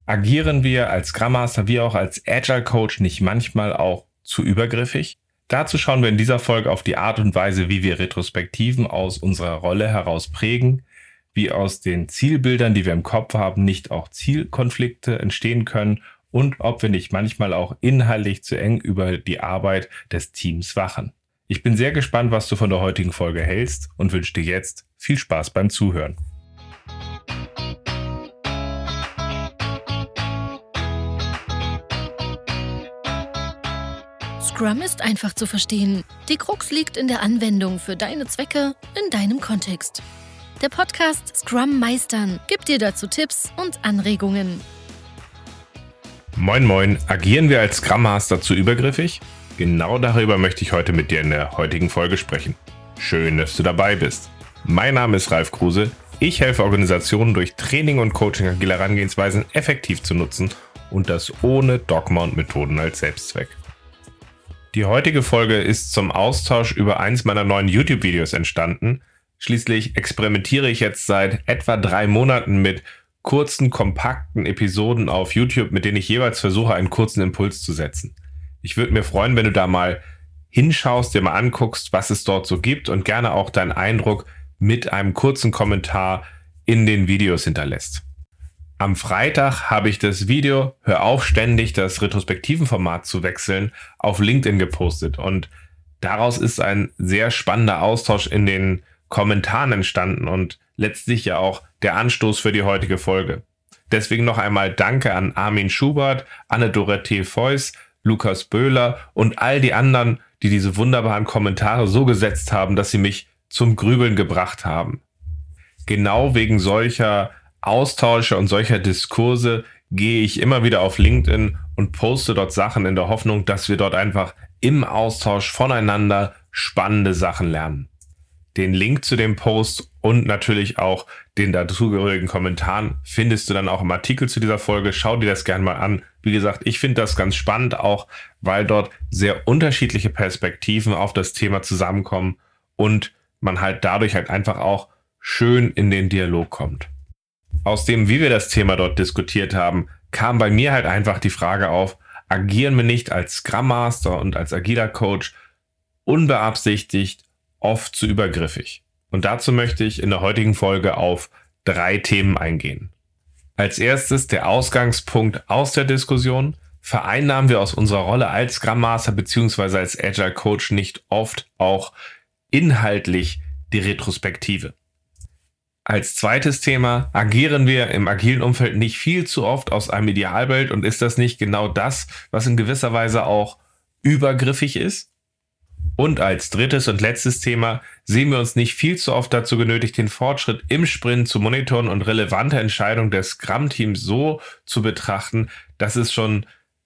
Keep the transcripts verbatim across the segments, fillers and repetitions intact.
Agieren wir als Scrum Master wie auch als Agile Coach nicht manchmal auch zu übergriffig? Dazu schauen wir in dieser Folge auf die Art und Weise, wie wir Retrospektiven aus unserer Rolle heraus prägen, wie aus den Zielbildern, die wir im Kopf haben, nicht auch Zielkonflikte entstehen können und ob wir nicht manchmal auch inhaltlich zu eng über die Arbeit des Teams wachen. Ich bin sehr gespannt, was du von der heutigen Folge hältst und wünsche dir jetzt viel Spaß beim Zuhören. Scrum ist einfach zu verstehen. Die Krux liegt in der Anwendung für deine Zwecke in deinem Kontext. Der Podcast Scrum Meistern gibt dir dazu Tipps und Anregungen. Moin moin, agieren wir als Scrum Master zu übergriffig? Genau darüber möchte ich heute mit dir in der heutigen Folge sprechen. Schön, dass du dabei bist. Mein Name ist Ralf Kruse. Ich helfe Organisationen durch Training und Coaching agile Herangehensweisen effektiv zu nutzen und das ohne Dogma und Methoden als Selbstzweck. Die heutige Folge ist zum Austausch über eins meiner neuen YouTube-Videos entstanden. Schließlich experimentiere ich jetzt seit etwa drei Monaten mit kurzen, kompakten Episoden auf YouTube, mit denen ich jeweils versuche, einen kurzen Impuls zu setzen. Ich würde mir freuen, wenn du da mal hinschaust, dir mal anguckst, was es dort so gibt und gerne auch deinen Eindruck mit einem kurzen Kommentar in den Videos hinterlässt. Am Freitag habe ich das Video Hör auf, ständig das Retrospektivenformat zu wechseln auf LinkedIn gepostet und daraus ist ein sehr spannender Austausch in den Kommentaren entstanden und letztlich ja auch der Anstoß für die heutige Folge. Deswegen noch einmal Danke an Armin Schubert, Anne-Dorothee Feuss, Lukas Böhler und all die anderen, die diese wunderbaren Kommentare so gesetzt haben, dass sie mich zum Grübeln gebracht haben. Genau wegen solcher Austausche und solcher Diskurse gehe ich immer wieder auf LinkedIn und poste dort Sachen in der Hoffnung, dass wir dort einfach im Austausch voneinander spannende Sachen lernen. Den Link zu dem Post und natürlich auch den dazugehörigen Kommentaren findest du dann auch im Artikel zu dieser Folge. Schau dir das gerne mal an. Wie gesagt, ich finde das ganz spannend, auch weil dort sehr unterschiedliche Perspektiven auf das Thema zusammenkommen und man halt dadurch halt einfach auch schön in den Dialog kommt. Aus dem, wie wir das Thema dort diskutiert haben, kam bei mir halt einfach die Frage auf, agieren wir nicht als Scrum Master und als agiler Coach unbeabsichtigt oft zu übergriffig? Und dazu möchte ich in der heutigen Folge auf drei Themen eingehen. Als erstes der Ausgangspunkt aus der Diskussion. Vereinnahmen wir aus unserer Rolle als Scrum Master bzw. als Agile Coach nicht oft auch inhaltlich die Retrospektive? Als zweites Thema, agieren wir im agilen Umfeld nicht viel zu oft aus einem Idealbild und ist das nicht genau das, was in gewisser Weise auch übergriffig ist? Und als drittes und letztes Thema, sehen wir uns nicht viel zu oft dazu genötigt, den Fortschritt im Sprint zu monitoren und relevante Entscheidungen des Scrum-Teams so zu betrachten, dass es schon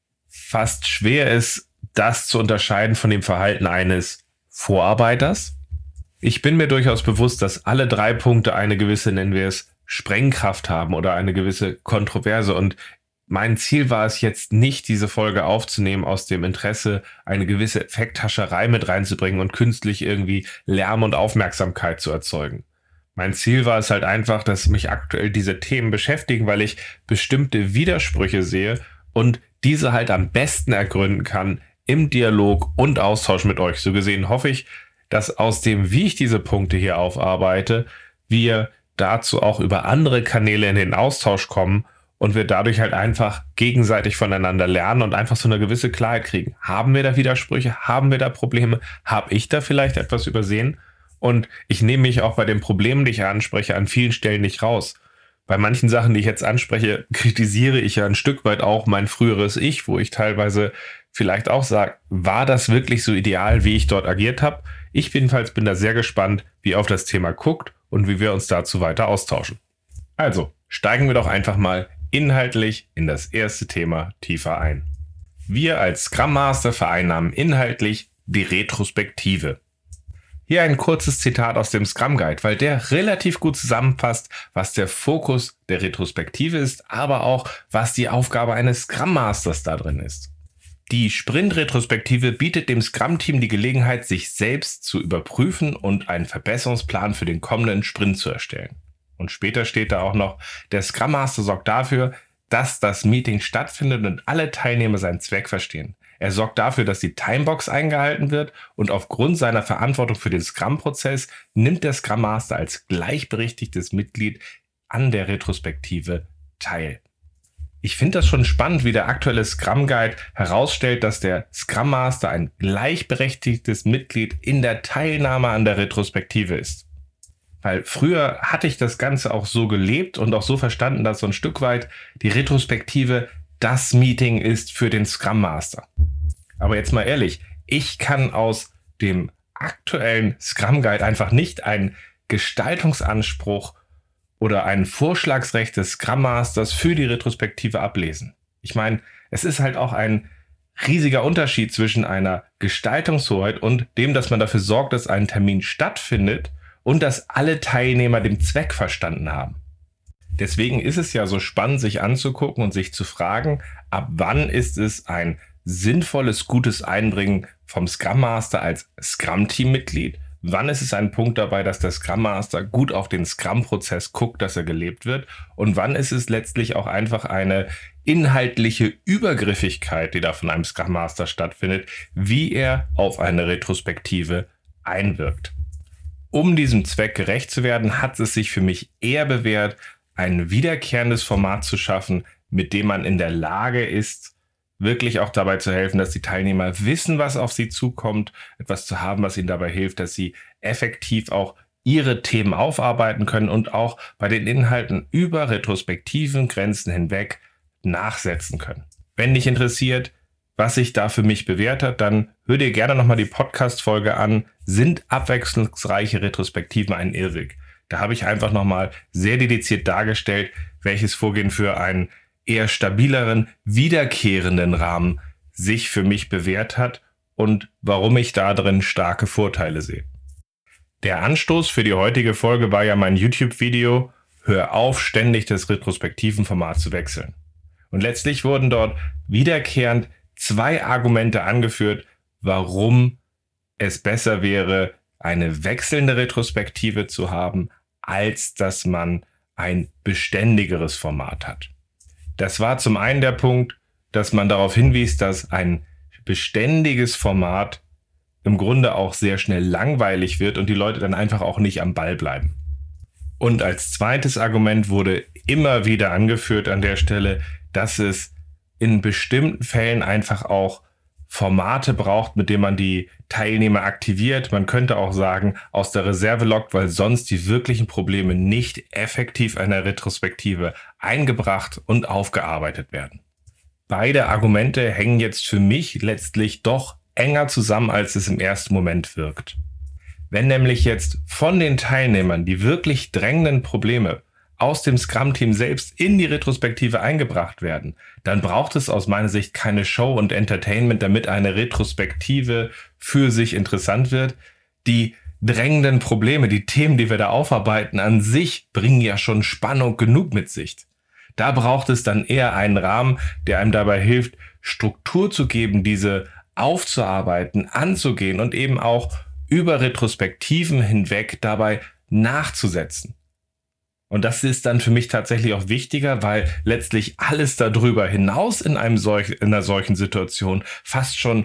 fast schwer ist, das zu unterscheiden von dem Verhalten eines Vorarbeiters? Ich bin mir durchaus bewusst, dass alle drei Punkte eine gewisse, nennen wir es, Sprengkraft haben oder eine gewisse Kontroverse. Und mein Ziel war es jetzt nicht, diese Folge aufzunehmen aus dem Interesse, eine gewisse Effekthascherei mit reinzubringen und künstlich irgendwie Lärm und Aufmerksamkeit zu erzeugen. Mein Ziel war es halt einfach, dass mich aktuell diese Themen beschäftigen, weil ich bestimmte Widersprüche sehe und diese halt am besten ergründen kann im Dialog und Austausch mit euch. So gesehen hoffe ich, dass aus dem, wie ich diese Punkte hier aufarbeite, wir dazu auch über andere Kanäle in den Austausch kommen und wir dadurch halt einfach gegenseitig voneinander lernen und einfach so eine gewisse Klarheit kriegen. Haben wir da Widersprüche? Haben wir da Probleme? Habe ich da vielleicht etwas übersehen? Und ich nehme mich auch bei den Problemen, die ich anspreche, an vielen Stellen nicht raus. Bei manchen Sachen, die ich jetzt anspreche, kritisiere ich ja ein Stück weit auch mein früheres Ich, wo ich teilweise vielleicht auch sage, war das wirklich so ideal, wie ich dort agiert habe? Ich jedenfalls bin da sehr gespannt, wie ihr auf das Thema guckt und wie wir uns dazu weiter austauschen. Also, steigen wir doch einfach mal inhaltlich in das erste Thema tiefer ein. Wir als Scrum Master vereinnahmen inhaltlich die Retrospektive. Hier ein kurzes Zitat aus dem Scrum Guide, weil der relativ gut zusammenfasst, was der Fokus der Retrospektive ist, aber auch, was die Aufgabe eines Scrum Masters da drin ist. Die Sprint-Retrospektive bietet dem Scrum-Team die Gelegenheit, sich selbst zu überprüfen und einen Verbesserungsplan für den kommenden Sprint zu erstellen. Und später steht da auch noch, der Scrum Master sorgt dafür, dass das Meeting stattfindet und alle Teilnehmer seinen Zweck verstehen. Er sorgt dafür, dass die Timebox eingehalten wird und aufgrund seiner Verantwortung für den Scrum-Prozess nimmt der Scrum Master als gleichberechtigtes Mitglied an der Retrospektive teil. Ich finde das schon spannend, wie der aktuelle Scrum Guide herausstellt, dass der Scrum Master ein gleichberechtigtes Mitglied in der Teilnahme an der Retrospektive ist. Weil früher hatte ich das Ganze auch so gelebt und auch so verstanden, dass so ein Stück weit die Retrospektive das Meeting ist für den Scrum Master. Aber jetzt mal ehrlich, ich kann aus dem aktuellen Scrum Guide einfach nicht einen Gestaltungsanspruch oder ein Vorschlagsrecht des Scrum Masters für die Retrospektive ablesen. Ich meine, es ist halt auch ein riesiger Unterschied zwischen einer Gestaltungshoheit und dem, dass man dafür sorgt, dass ein Termin stattfindet und dass alle Teilnehmer den Zweck verstanden haben. Deswegen ist es ja so spannend, sich anzugucken und sich zu fragen, ab wann ist es ein sinnvolles, gutes Einbringen vom Scrum Master als Scrum-Team-Mitglied? Wann ist es ein Punkt dabei, dass der Scrum Master gut auf den Scrum-Prozess guckt, dass er gelebt wird? Und wann ist es letztlich auch einfach eine inhaltliche Übergriffigkeit, die da von einem Scrum Master stattfindet, wie er auf eine Retrospektive einwirkt? Um diesem Zweck gerecht zu werden, hat es sich für mich eher bewährt, ein wiederkehrendes Format zu schaffen, mit dem man in der Lage ist, wirklich auch dabei zu helfen, dass die Teilnehmer wissen, was auf sie zukommt, etwas zu haben, was ihnen dabei hilft, dass sie effektiv auch ihre Themen aufarbeiten können und auch bei den Inhalten über retrospektiven Grenzen hinweg nachsetzen können. Wenn dich interessiert, was sich da für mich bewährt hat, dann hör dir gerne nochmal die Podcast-Folge an, sind abwechslungsreiche Retrospektiven ein Irrweg? Da habe ich einfach nochmal sehr dediziert dargestellt, welches Vorgehen für einen eher stabileren, wiederkehrenden Rahmen sich für mich bewährt hat und warum ich da drin starke Vorteile sehe. Der Anstoß für die heutige Folge war ja mein YouTube-Video Hör auf, ständig das Retrospektiven-Format zu wechseln. Und letztlich wurden dort wiederkehrend zwei Argumente angeführt, warum es besser wäre, eine wechselnde Retrospektive zu haben, als dass man ein beständigeres Format hat. Das war zum einen der Punkt, dass man darauf hinwies, dass ein beständiges Format im Grunde auch sehr schnell langweilig wird und die Leute dann einfach auch nicht am Ball bleiben. Und als zweites Argument wurde immer wieder angeführt an der Stelle, dass es in bestimmten Fällen einfach auch Formate braucht, mit denen man die Teilnehmer aktiviert. Man könnte auch sagen, aus der Reserve lockt, weil sonst die wirklichen Probleme nicht effektiv in der Retrospektive eingebracht und aufgearbeitet werden. Beide Argumente hängen jetzt für mich letztlich doch enger zusammen, als es im ersten Moment wirkt. Wenn nämlich jetzt von den Teilnehmern die wirklich drängenden Probleme aus dem Scrum-Team selbst in die Retrospektive eingebracht werden, dann braucht es aus meiner Sicht keine Show und Entertainment, damit eine Retrospektive für sich interessant wird. Die drängenden Probleme, die Themen, die wir da aufarbeiten, an sich bringen ja schon Spannung genug mit sich. Da braucht es dann eher einen Rahmen, der einem dabei hilft, Struktur zu geben, diese aufzuarbeiten, anzugehen und eben auch über Retrospektiven hinweg dabei nachzusetzen. Und das ist dann für mich tatsächlich auch wichtiger, weil letztlich alles darüber hinaus in einem solch, in einer solchen Situation fast schon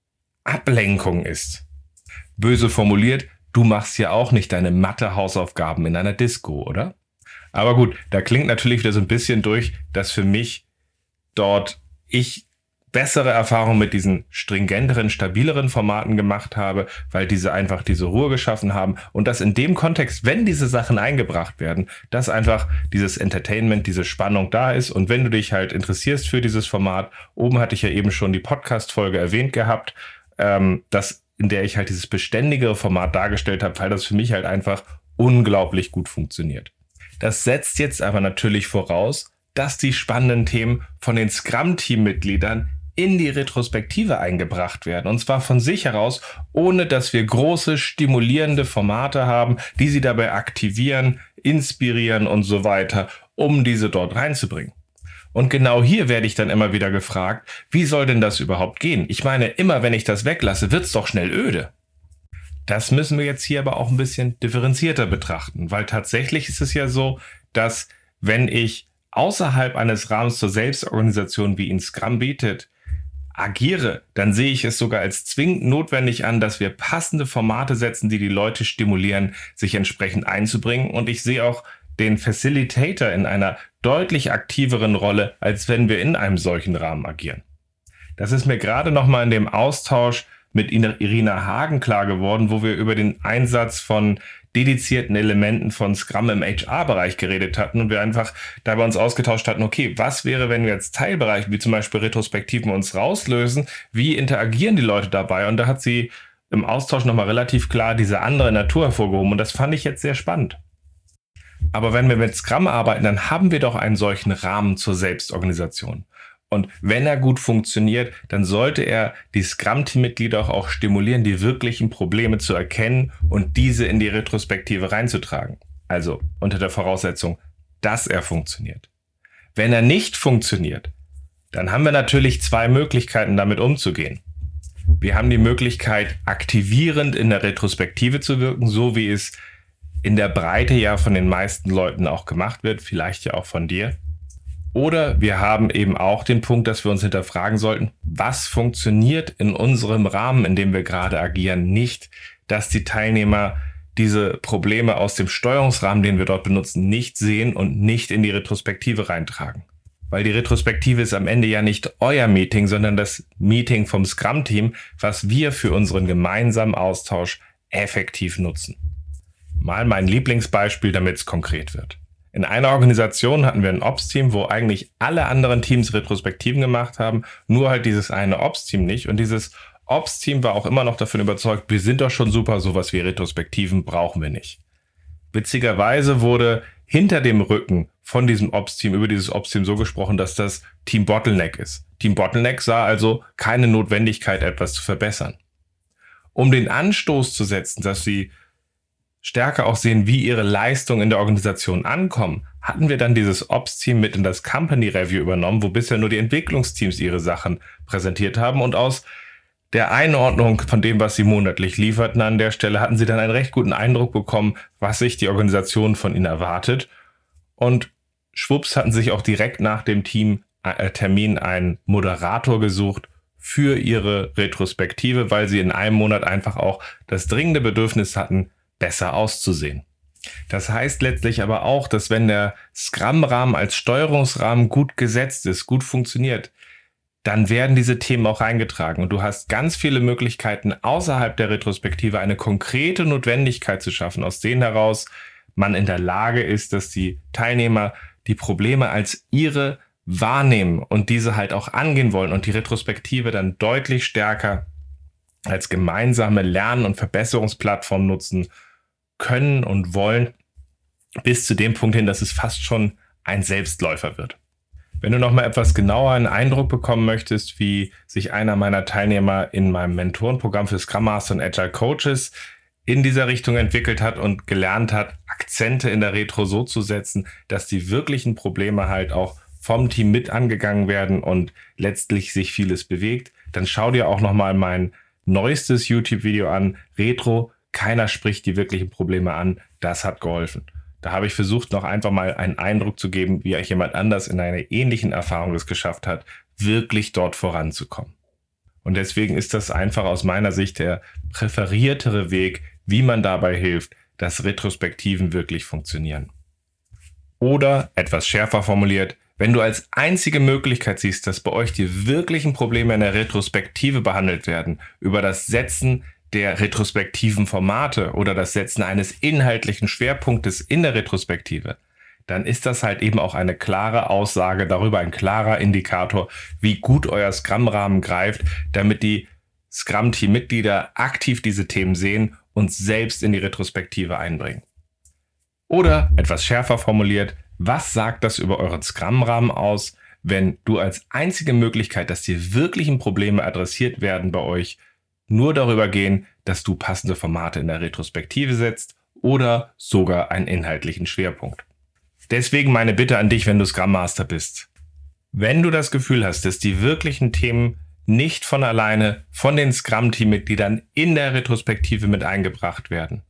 Ablenkung ist. Böse formuliert, du machst ja auch nicht deine Mathe-Hausaufgaben in einer Disco, oder? Aber gut, da klingt natürlich wieder so ein bisschen durch, dass für mich dort ich bessere Erfahrungen mit diesen stringenteren, stabileren Formaten gemacht habe, weil diese einfach diese Ruhe geschaffen haben und dass in dem Kontext, wenn diese Sachen eingebracht werden, dass einfach dieses Entertainment, diese Spannung da ist und wenn du dich halt interessierst für dieses Format, oben hatte ich ja eben schon die Podcast-Folge erwähnt gehabt, ähm, dass in der ich halt dieses beständigere Format dargestellt habe, weil das für mich halt einfach unglaublich gut funktioniert. Das setzt jetzt aber natürlich voraus, dass die spannenden Themen von den Scrum-Team-Mitgliedern in die Retrospektive eingebracht werden. Und zwar von sich heraus, ohne dass wir große, stimulierende Formate haben, die sie dabei aktivieren, inspirieren und so weiter, um diese dort reinzubringen. Und genau hier werde ich dann immer wieder gefragt, wie soll denn das überhaupt gehen? Ich meine, immer wenn ich das weglasse, wird's doch schnell öde. Das müssen wir jetzt hier aber auch ein bisschen differenzierter betrachten, weil tatsächlich ist es ja so, dass wenn ich außerhalb eines Rahmens zur Selbstorganisation, wie ihn Scrum bietet, agiere, dann sehe ich es sogar als zwingend notwendig an, dass wir passende Formate setzen, die die Leute stimulieren, sich entsprechend einzubringen. Und ich sehe auch den Facilitator in einer deutlich aktiveren Rolle, als wenn wir in einem solchen Rahmen agieren. Das ist mir gerade nochmal in dem Austausch mit Irina Hagen klar geworden, wo wir über den Einsatz von dedizierten Elementen von Scrum im H R-Bereich geredet hatten und wir einfach dabei uns ausgetauscht hatten, okay, was wäre, wenn wir jetzt Teilbereiche wie zum Beispiel Retrospektiven uns rauslösen, wie interagieren die Leute dabei? Und da hat sie im Austausch nochmal relativ klar diese andere Natur hervorgehoben und das fand ich jetzt sehr spannend. Aber wenn wir mit Scrum arbeiten, dann haben wir doch einen solchen Rahmen zur Selbstorganisation. Und wenn er gut funktioniert, dann sollte er die Scrum-Team-Mitglieder auch stimulieren, die wirklichen Probleme zu erkennen und diese in die Retrospektive reinzutragen. Also unter der Voraussetzung, dass er funktioniert. Wenn er nicht funktioniert, dann haben wir natürlich zwei Möglichkeiten, damit umzugehen. Wir haben die Möglichkeit, aktivierend in der Retrospektive zu wirken, so wie es in der Breite ja von den meisten Leuten auch gemacht wird, vielleicht ja auch von dir. Oder wir haben eben auch den Punkt, dass wir uns hinterfragen sollten, was funktioniert in unserem Rahmen, in dem wir gerade agieren, nicht, dass die Teilnehmer diese Probleme aus dem Steuerungsrahmen, den wir dort benutzen, nicht sehen und nicht in die Retrospektive reintragen. Weil die Retrospektive ist am Ende ja nicht euer Meeting, sondern das Meeting vom Scrum-Team, was wir für unseren gemeinsamen Austausch effektiv nutzen. Mal mein Lieblingsbeispiel, damit es konkret wird. In einer Organisation hatten wir ein Ops-Team, wo eigentlich alle anderen Teams Retrospektiven gemacht haben, nur halt dieses eine Ops-Team nicht. Und dieses Ops-Team war auch immer noch davon überzeugt, wir sind doch schon super, sowas wie Retrospektiven brauchen wir nicht. Witzigerweise wurde hinter dem Rücken von diesem Ops-Team über dieses Ops-Team so gesprochen, dass das Team Bottleneck ist. Team Bottleneck sah also keine Notwendigkeit, etwas zu verbessern. Um den Anstoß zu setzen, dass sie stärker auch sehen, wie ihre Leistungen in der Organisation ankommen, hatten wir dann dieses Ops-Team mit in das Company Review übernommen, wo bisher nur die Entwicklungsteams ihre Sachen präsentiert haben und aus der Einordnung von dem, was sie monatlich lieferten an der Stelle, hatten sie dann einen recht guten Eindruck bekommen, was sich die Organisation von ihnen erwartet und schwupps hatten sich auch direkt nach dem Team-Termin einen Moderator gesucht für ihre Retrospektive, weil sie in einem Monat einfach auch das dringende Bedürfnis hatten, besser auszusehen. Das heißt letztlich aber auch, dass wenn der Scrum-Rahmen als Steuerungsrahmen gut gesetzt ist, gut funktioniert, dann werden diese Themen auch eingetragen und du hast ganz viele Möglichkeiten außerhalb der Retrospektive eine konkrete Notwendigkeit zu schaffen, aus denen heraus man in der Lage ist, dass die Teilnehmer die Probleme als ihre wahrnehmen und diese halt auch angehen wollen und die Retrospektive dann deutlich stärker als gemeinsame Lern- und Verbesserungsplattform nutzen können und wollen, bis zu dem Punkt hin, dass es fast schon ein Selbstläufer wird. Wenn du noch mal etwas genauer einen Eindruck bekommen möchtest, wie sich einer meiner Teilnehmer in meinem Mentorenprogramm für Scrum Master und Agile Coaches in dieser Richtung entwickelt hat und gelernt hat, Akzente in der Retro so zu setzen, dass die wirklichen Probleme halt auch vom Team mit angegangen werden und letztlich sich vieles bewegt, dann schau dir auch noch mal mein neuestes YouTube-Video an, Retro, keiner spricht die wirklichen Probleme an, das hat geholfen. Da habe ich versucht, noch einfach mal einen Eindruck zu geben, wie euch jemand anders in einer ähnlichen Erfahrung es geschafft hat, wirklich dort voranzukommen. Und deswegen ist das einfach aus meiner Sicht der präferiertere Weg, wie man dabei hilft, dass Retrospektiven wirklich funktionieren. Oder, etwas schärfer formuliert, wenn du als einzige Möglichkeit siehst, dass bei euch die wirklichen Probleme in der Retrospektive behandelt werden, über das Setzen der retrospektiven Formate oder das Setzen eines inhaltlichen Schwerpunktes in der Retrospektive, dann ist das halt eben auch eine klare Aussage darüber, ein klarer Indikator, wie gut euer Scrum-Rahmen greift, damit die Scrum-Team-Mitglieder aktiv diese Themen sehen und selbst in die Retrospektive einbringen. Oder, etwas schärfer formuliert, was sagt das über euren Scrum-Rahmen aus, wenn du als einzige Möglichkeit, dass die wirklichen Probleme adressiert werden bei euch, nur darüber gehen, dass du passende Formate in der Retrospektive setzt oder sogar einen inhaltlichen Schwerpunkt. Deswegen meine Bitte an dich, wenn du Scrum Master bist. Wenn du das Gefühl hast, dass die wirklichen Themen nicht von alleine von den Scrum-Team-Mitgliedern in der Retrospektive mit eingebracht werden,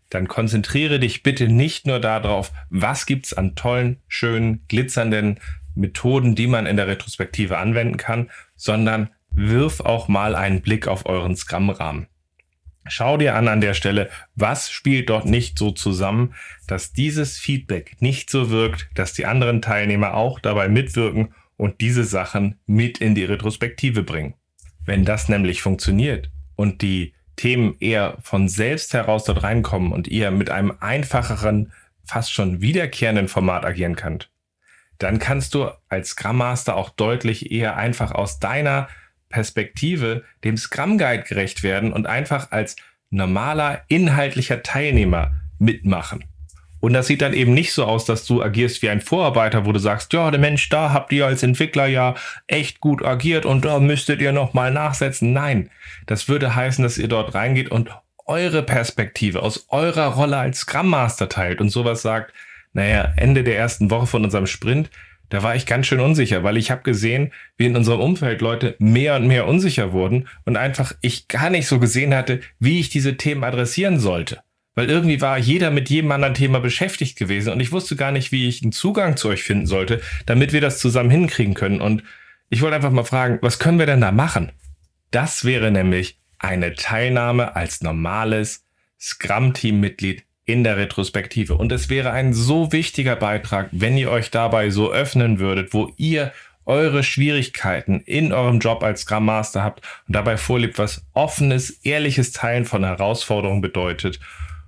dann konzentriere dich bitte nicht nur darauf, was gibt's an tollen, schönen, glitzernden Methoden, die man in der Retrospektive anwenden kann, sondern wirf auch mal einen Blick auf euren Scrum-Rahmen. Schau dir an an der Stelle, was spielt dort nicht so zusammen, dass dieses Feedback nicht so wirkt, dass die anderen Teilnehmer auch dabei mitwirken und diese Sachen mit in die Retrospektive bringen. Wenn das nämlich funktioniert und die Themen eher von selbst heraus dort reinkommen und ihr mit einem einfacheren, fast schon wiederkehrenden Format agieren könnt, dann kannst du als Scrum Master auch deutlich eher einfach aus deiner Perspektive dem Scrum Guide gerecht werden und einfach als normaler, inhaltlicher Teilnehmer mitmachen. Und das sieht dann eben nicht so aus, dass du agierst wie ein Vorarbeiter, wo du sagst, ja, der Mensch, da habt ihr als Entwickler ja echt gut agiert und da müsstet ihr nochmal nachsetzen. Nein, das würde heißen, dass ihr dort reingeht und eure Perspektive aus eurer Rolle als Scrum Master teilt und sowas sagt, naja, Ende der ersten Woche von unserem Sprint, da war ich ganz schön unsicher, weil ich habe gesehen, wie in unserem Umfeld Leute mehr und mehr unsicher wurden und einfach ich gar nicht so gesehen hatte, wie ich diese Themen adressieren sollte. Weil irgendwie war jeder mit jedem anderen Thema beschäftigt gewesen und ich wusste gar nicht, wie ich einen Zugang zu euch finden sollte, damit wir das zusammen hinkriegen können. Und ich wollte einfach mal fragen, was können wir denn da machen? Das wäre nämlich eine Teilnahme als normales Scrum-Team-Mitglied in der Retrospektive. Und es wäre ein so wichtiger Beitrag, wenn ihr euch dabei so öffnen würdet, wo ihr eure Schwierigkeiten in eurem Job als Scrum Master habt und dabei vorlebt, was offenes, ehrliches Teilen von Herausforderungen bedeutet.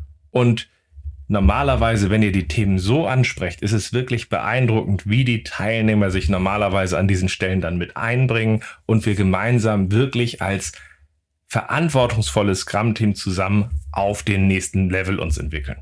Und normalerweise, wenn ihr die Themen so ansprecht, ist es wirklich beeindruckend, wie die Teilnehmer sich normalerweise an diesen Stellen dann mit einbringen und wir gemeinsam wirklich als verantwortungsvolles Scrum-Team zusammen auf den nächsten Level uns entwickeln.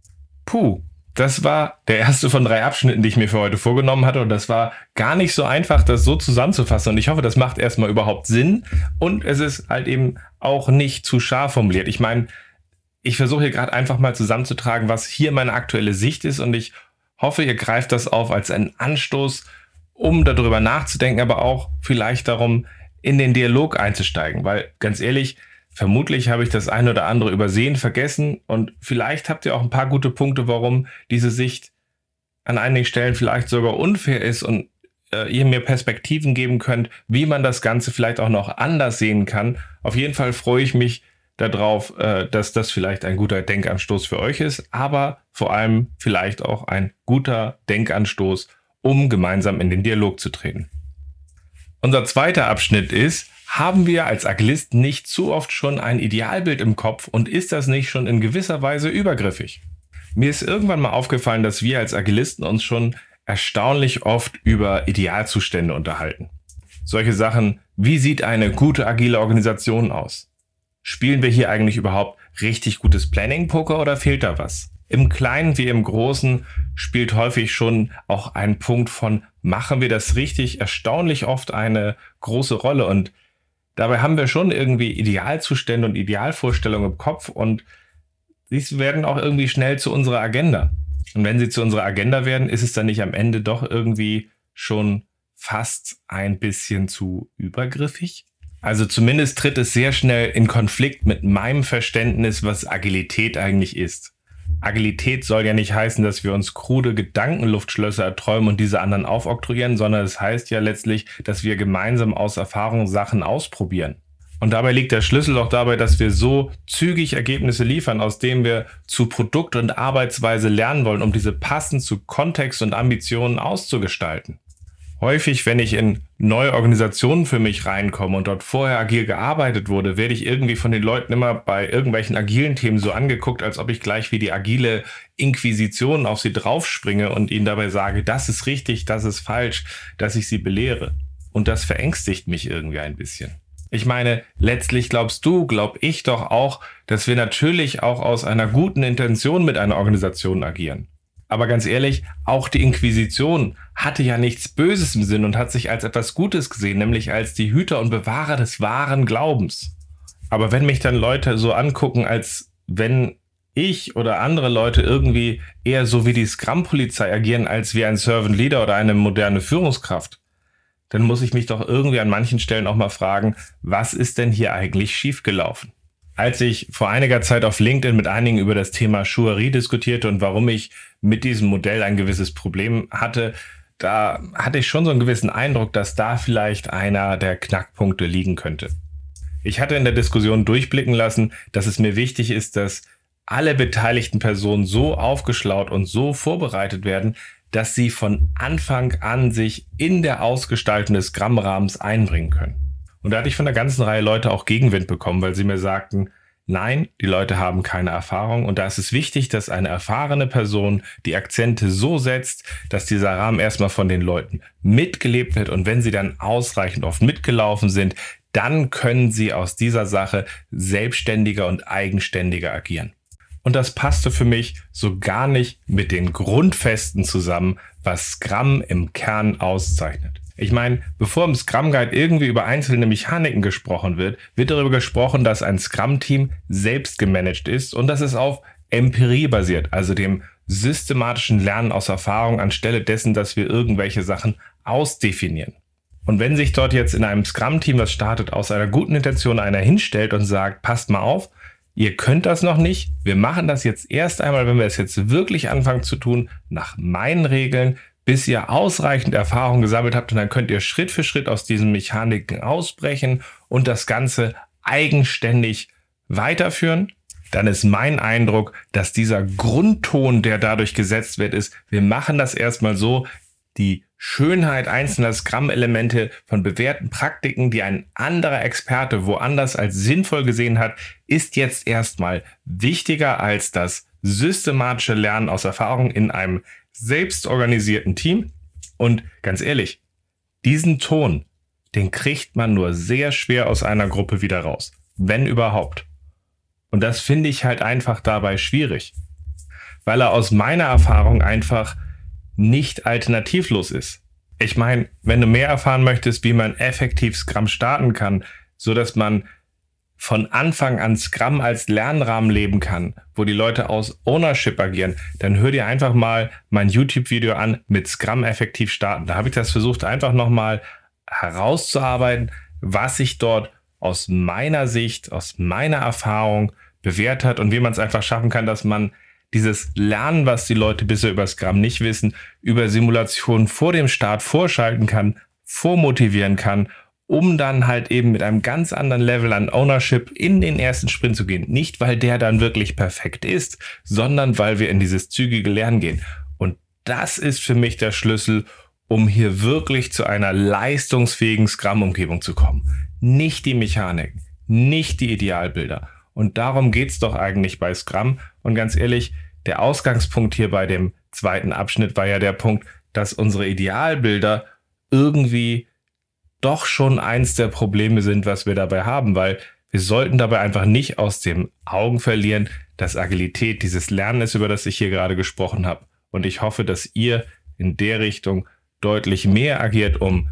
Puh, das war der erste von drei Abschnitten, die ich mir für heute vorgenommen hatte und das war gar nicht so einfach, das so zusammenzufassen und ich hoffe, das macht erstmal überhaupt Sinn und es ist halt eben auch nicht zu scharf formuliert. Ich meine, ich versuche hier gerade einfach mal zusammenzutragen, was hier meine aktuelle Sicht ist und ich hoffe, ihr greift das auf als einen Anstoß, um darüber nachzudenken, aber auch vielleicht darum, in den Dialog einzusteigen, weil ganz ehrlich, vermutlich habe ich das eine oder andere übersehen, vergessen und vielleicht habt ihr auch ein paar gute Punkte, warum diese Sicht an einigen Stellen vielleicht sogar unfair ist und äh, ihr mir Perspektiven geben könnt, wie man das Ganze vielleicht auch noch anders sehen kann. Auf jeden Fall freue ich mich darauf, äh, dass das vielleicht ein guter Denkanstoß für euch ist, aber vor allem vielleicht auch ein guter Denkanstoß, um gemeinsam in den Dialog zu treten. Unser zweiter Abschnitt ist, haben wir als Agilisten nicht zu oft schon ein Idealbild im Kopf und ist das nicht schon in gewisser Weise übergriffig? Mir ist irgendwann mal aufgefallen, dass wir als Agilisten uns schon erstaunlich oft über Idealzustände unterhalten. Solche Sachen, wie sieht eine gute agile Organisation aus? Spielen wir hier eigentlich überhaupt richtig gutes Planning-Poker oder fehlt da was? Im Kleinen wie im Großen spielt häufig schon auch ein Punkt von, machen wir das richtig, erstaunlich oft eine große Rolle und dabei haben wir schon irgendwie Idealzustände und Idealvorstellungen im Kopf und dies werden auch irgendwie schnell zu unserer Agenda. Und wenn sie zu unserer Agenda werden, ist es dann nicht am Ende doch irgendwie schon fast ein bisschen zu übergriffig? Also zumindest tritt es sehr schnell in Konflikt mit meinem Verständnis, was Agilität eigentlich ist. Agilität soll ja nicht heißen, dass wir uns krude Gedankenluftschlösser erträumen und diese anderen aufoktroyieren, sondern es heißt ja letztlich, dass wir gemeinsam aus Erfahrung Sachen ausprobieren. Und dabei liegt der Schlüssel auch dabei, dass wir so zügig Ergebnisse liefern, aus denen wir zu Produkt- und Arbeitsweise lernen wollen, um diese passend zu Kontext und Ambitionen auszugestalten. Häufig, wenn ich in neue Organisationen für mich reinkomme und dort vorher agil gearbeitet wurde, werde ich irgendwie von den Leuten immer bei irgendwelchen agilen Themen so angeguckt, als ob ich gleich wie die agile Inquisition auf sie draufspringe und ihnen dabei sage, das ist richtig, das ist falsch, dass ich sie belehre. Und das verängstigt mich irgendwie ein bisschen. Ich meine, letztlich glaubst du, glaub ich doch auch, dass wir natürlich auch aus einer guten Intention mit einer Organisation agieren. Aber ganz ehrlich, auch die Inquisition hatte ja nichts Böses im Sinn und hat sich als etwas Gutes gesehen, nämlich als die Hüter und Bewahrer des wahren Glaubens. Aber wenn mich dann Leute so angucken, als wenn ich oder andere Leute irgendwie eher so wie die Scrum-Polizei agieren, als wie ein Servant Leader oder eine moderne Führungskraft, dann muss ich mich doch irgendwie an manchen Stellen auch mal fragen, was ist denn hier eigentlich schiefgelaufen? Als ich vor einiger Zeit auf LinkedIn mit einigen über das Thema Chouerie diskutierte und warum ich mit diesem Modell ein gewisses Problem hatte, da hatte ich schon so einen gewissen Eindruck, dass da vielleicht einer der Knackpunkte liegen könnte. Ich hatte in der Diskussion durchblicken lassen, dass es mir wichtig ist, dass alle beteiligten Personen so aufgeschlaut und so vorbereitet werden, dass sie von Anfang an sich in der Ausgestaltung des Scrum-Rahmens einbringen können. Und da hatte ich von der ganzen Reihe Leute auch Gegenwind bekommen, weil sie mir sagten, nein, die Leute haben keine Erfahrung und da ist es wichtig, dass eine erfahrene Person die Akzente so setzt, dass dieser Rahmen erstmal von den Leuten mitgelebt wird und wenn sie dann ausreichend oft mitgelaufen sind, dann können sie aus dieser Sache selbstständiger und eigenständiger agieren. Und das passte für mich so gar nicht mit den Grundfesten zusammen, was Scrum im Kern auszeichnet. Ich meine, bevor im Scrum Guide irgendwie über einzelne Mechaniken gesprochen wird, wird darüber gesprochen, dass ein Scrum-Team selbst gemanagt ist und dass es auf Empirie basiert, also dem systematischen Lernen aus Erfahrung anstelle dessen, dass wir irgendwelche Sachen ausdefinieren. Und wenn sich dort jetzt in einem Scrum-Team, das startet, aus einer guten Intention einer hinstellt und sagt, passt mal auf, ihr könnt das noch nicht, wir machen das jetzt erst einmal, wenn wir es jetzt wirklich anfangen zu tun, nach meinen Regeln, bis ihr ausreichend Erfahrung gesammelt habt und dann könnt ihr Schritt für Schritt aus diesen Mechaniken ausbrechen und das Ganze eigenständig weiterführen, dann ist mein Eindruck, dass dieser Grundton, der dadurch gesetzt wird, ist, wir machen das erstmal so, die Schönheit einzelner Scrum-Elemente von bewährten Praktiken, die ein anderer Experte woanders als sinnvoll gesehen hat, ist jetzt erstmal wichtiger als das systematische Lernen aus Erfahrung in einem selbstorganisierten Team. Und ganz ehrlich, diesen Ton, den kriegt man nur sehr schwer aus einer Gruppe wieder raus, wenn überhaupt. Und das finde ich halt einfach dabei schwierig, weil er aus meiner Erfahrung einfach nicht alternativlos ist. Ich meine, wenn du mehr erfahren möchtest, wie man effektiv Scrum starten kann, so dass man von Anfang an Scrum als Lernrahmen leben kann, wo die Leute aus Ownership agieren, dann hör dir einfach mal mein YouTube-Video an mit Scrum effektiv starten. Da habe ich das versucht, einfach nochmal herauszuarbeiten, was sich dort aus meiner Sicht, aus meiner Erfahrung bewährt hat und wie man es einfach schaffen kann, dass man dieses Lernen, was die Leute bisher über Scrum nicht wissen, über Simulationen vor dem Start vorschalten kann, vormotivieren kann, um dann halt eben mit einem ganz anderen Level an Ownership in den ersten Sprint zu gehen. Nicht, weil der dann wirklich perfekt ist, sondern weil wir in dieses zügige Lernen gehen. Und das ist für mich der Schlüssel, um hier wirklich zu einer leistungsfähigen Scrum-Umgebung zu kommen. Nicht die Mechaniken, nicht die Idealbilder. Und darum geht's doch eigentlich bei Scrum. Und ganz ehrlich, der Ausgangspunkt hier bei dem zweiten Abschnitt war ja der Punkt, dass unsere Idealbilder irgendwie doch schon eins der Probleme sind, was wir dabei haben, weil wir sollten dabei einfach nicht aus den Augen verlieren, dass Agilität dieses Lernen ist, über das ich hier gerade gesprochen habe. Und ich hoffe, dass ihr in der Richtung deutlich mehr agiert, um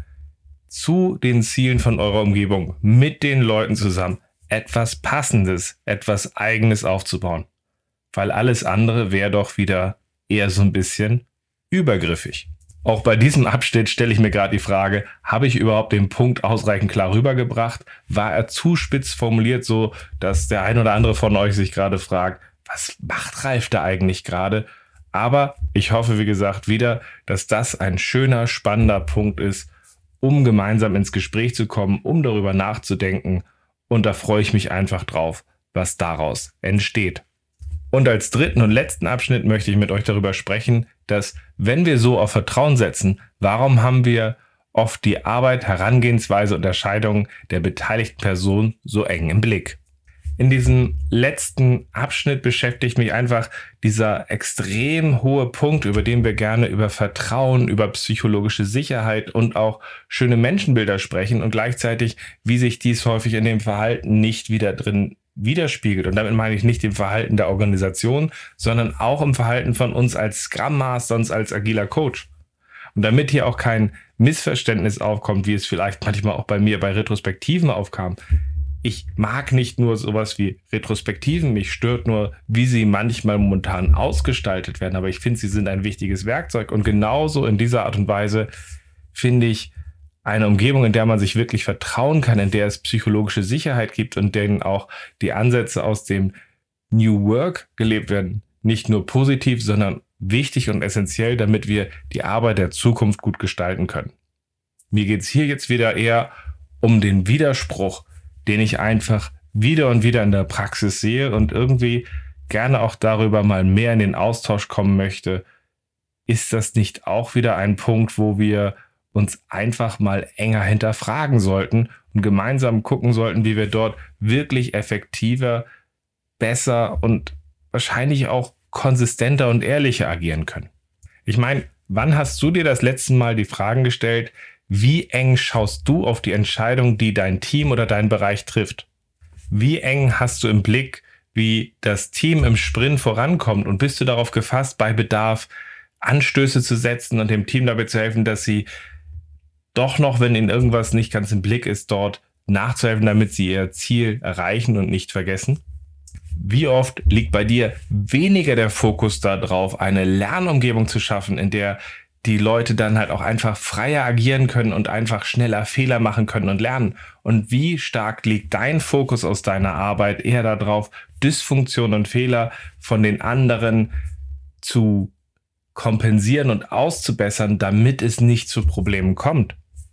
zu den Zielen von eurer Umgebung mit den Leuten zusammen etwas Passendes, etwas Eigenes aufzubauen. Weil alles andere wäre doch wieder eher so ein bisschen übergriffig. Auch bei diesem Abschnitt stelle ich mir gerade die Frage, habe ich überhaupt den Punkt ausreichend klar rübergebracht? War er zu spitz formuliert, so dass der ein oder andere von euch sich gerade fragt, was macht Ralf da eigentlich gerade? Aber ich hoffe, wie gesagt, wieder, dass das ein schöner, spannender Punkt ist, um gemeinsam ins Gespräch zu kommen, um darüber nachzudenken. Und da freue ich mich einfach drauf, was daraus entsteht. Und als dritten und letzten Abschnitt möchte ich mit euch darüber sprechen, dass wenn wir so auf Vertrauen setzen, warum haben wir oft die Arbeit, Herangehensweise und Entscheidungen der beteiligten Personen so eng im Blick? In diesem letzten Abschnitt beschäftigt mich einfach dieser extrem hohe Punkt, über den wir gerne über Vertrauen, über psychologische Sicherheit und auch schöne Menschenbilder sprechen und gleichzeitig, wie sich dies häufig in dem Verhalten nicht wieder drin widerspiegelt. Und damit meine ich nicht im Verhalten der Organisation, sondern auch im Verhalten von uns als Scrum Master und als agiler Coach. Und damit hier auch kein Missverständnis aufkommt, wie es vielleicht manchmal auch bei mir bei Retrospektiven aufkam. Ich mag nicht nur sowas wie Retrospektiven, mich stört nur, wie sie manchmal momentan ausgestaltet werden, aber ich finde, sie sind ein wichtiges Werkzeug und genauso in dieser Art und Weise finde ich eine Umgebung, in der man sich wirklich vertrauen kann, in der es psychologische Sicherheit gibt und denen auch die Ansätze aus dem New Work gelebt werden. Nicht nur positiv, sondern wichtig und essentiell, damit wir die Arbeit der Zukunft gut gestalten können. Mir geht es hier jetzt wieder eher um den Widerspruch, den ich einfach wieder und wieder in der Praxis sehe und irgendwie gerne auch darüber mal mehr in den Austausch kommen möchte. Ist das nicht auch wieder ein Punkt, wo wir uns einfach mal enger hinterfragen sollten und gemeinsam gucken sollten, wie wir dort wirklich effektiver, besser und wahrscheinlich auch konsistenter und ehrlicher agieren können? Ich meine, wann hast du dir das letzte Mal die Fragen gestellt, wie eng schaust du auf die Entscheidung, die dein Team oder dein Bereich trifft? Wie eng hast du im Blick, wie das Team im Sprint vorankommt, und bist du darauf gefasst, bei Bedarf Anstöße zu setzen und dem Team dabei zu helfen, dass sie doch noch, wenn ihnen irgendwas nicht ganz im Blick ist, dort nachzuhelfen, damit sie ihr Ziel erreichen und nicht vergessen? Wie oft liegt bei dir weniger der Fokus darauf, eine Lernumgebung zu schaffen, in der die Leute dann halt auch einfach freier agieren können und einfach schneller Fehler machen können und lernen? Und wie stark liegt dein Fokus aus deiner Arbeit eher darauf, Dysfunktion und Fehler von den anderen zu kompensieren und auszubessern, damit es nicht zu Problemen kommt?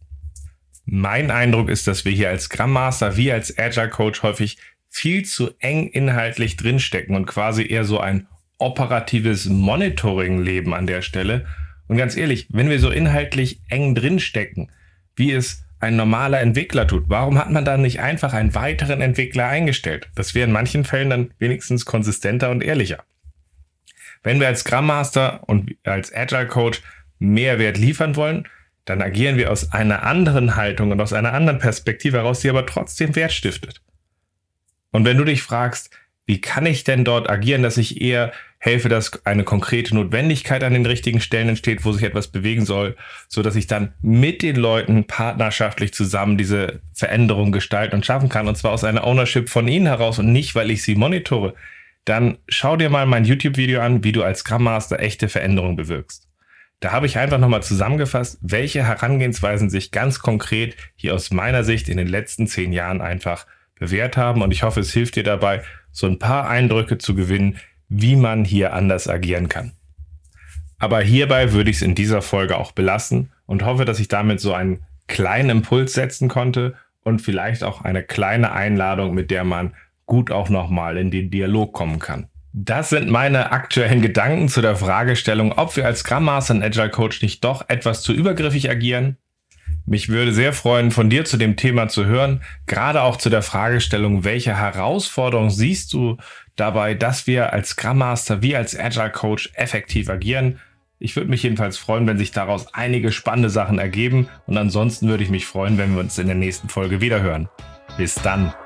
Mein Eindruck ist, dass wir hier als Scrum Master wie als Agile Coach häufig viel zu eng inhaltlich drinstecken und quasi eher so ein operatives Monitoring leben an der Stelle. Und ganz ehrlich, wenn wir so inhaltlich eng drinstecken, wie es ein normaler Entwickler tut, warum hat man dann nicht einfach einen weiteren Entwickler eingestellt? Das wäre in manchen Fällen dann wenigstens konsistenter und ehrlicher. Wenn wir als Scrum Master und als Agile Coach Mehrwert liefern wollen, dann agieren wir aus einer anderen Haltung und aus einer anderen Perspektive heraus, die aber trotzdem Wert stiftet. Und wenn du dich fragst, wie kann ich denn dort agieren, dass ich eher helfe, dass eine konkrete Notwendigkeit an den richtigen Stellen entsteht, wo sich etwas bewegen soll, so dass ich dann mit den Leuten partnerschaftlich zusammen diese Veränderung gestalten und schaffen kann, und zwar aus einer Ownership von ihnen heraus und nicht, weil ich sie monitore, dann schau dir mal mein YouTube-Video an, wie du als Scrum Master echte Veränderungen bewirkst. Da habe ich einfach nochmal zusammengefasst, welche Herangehensweisen sich ganz konkret hier aus meiner Sicht in den letzten zehn Jahren einfach bewährt haben, und ich hoffe, es hilft dir dabei, so ein paar Eindrücke zu gewinnen, wie man hier anders agieren kann. Aber hierbei würde ich es in dieser Folge auch belassen und hoffe, dass ich damit so einen kleinen Impuls setzen konnte und vielleicht auch eine kleine Einladung, mit der man gut auch nochmal in den Dialog kommen kann. Das sind meine aktuellen Gedanken zu der Fragestellung, ob wir als Scrum Master und Agile Coach nicht doch etwas zu übergriffig agieren. Mich würde sehr freuen, von dir zu dem Thema zu hören, gerade auch zu der Fragestellung, welche Herausforderungen siehst du dabei, dass wir als Scrum Master wie als Agile Coach effektiv agieren. Ich würde mich jedenfalls freuen, wenn sich daraus einige spannende Sachen ergeben, und ansonsten würde ich mich freuen, wenn wir uns in der nächsten Folge wiederhören. Bis dann!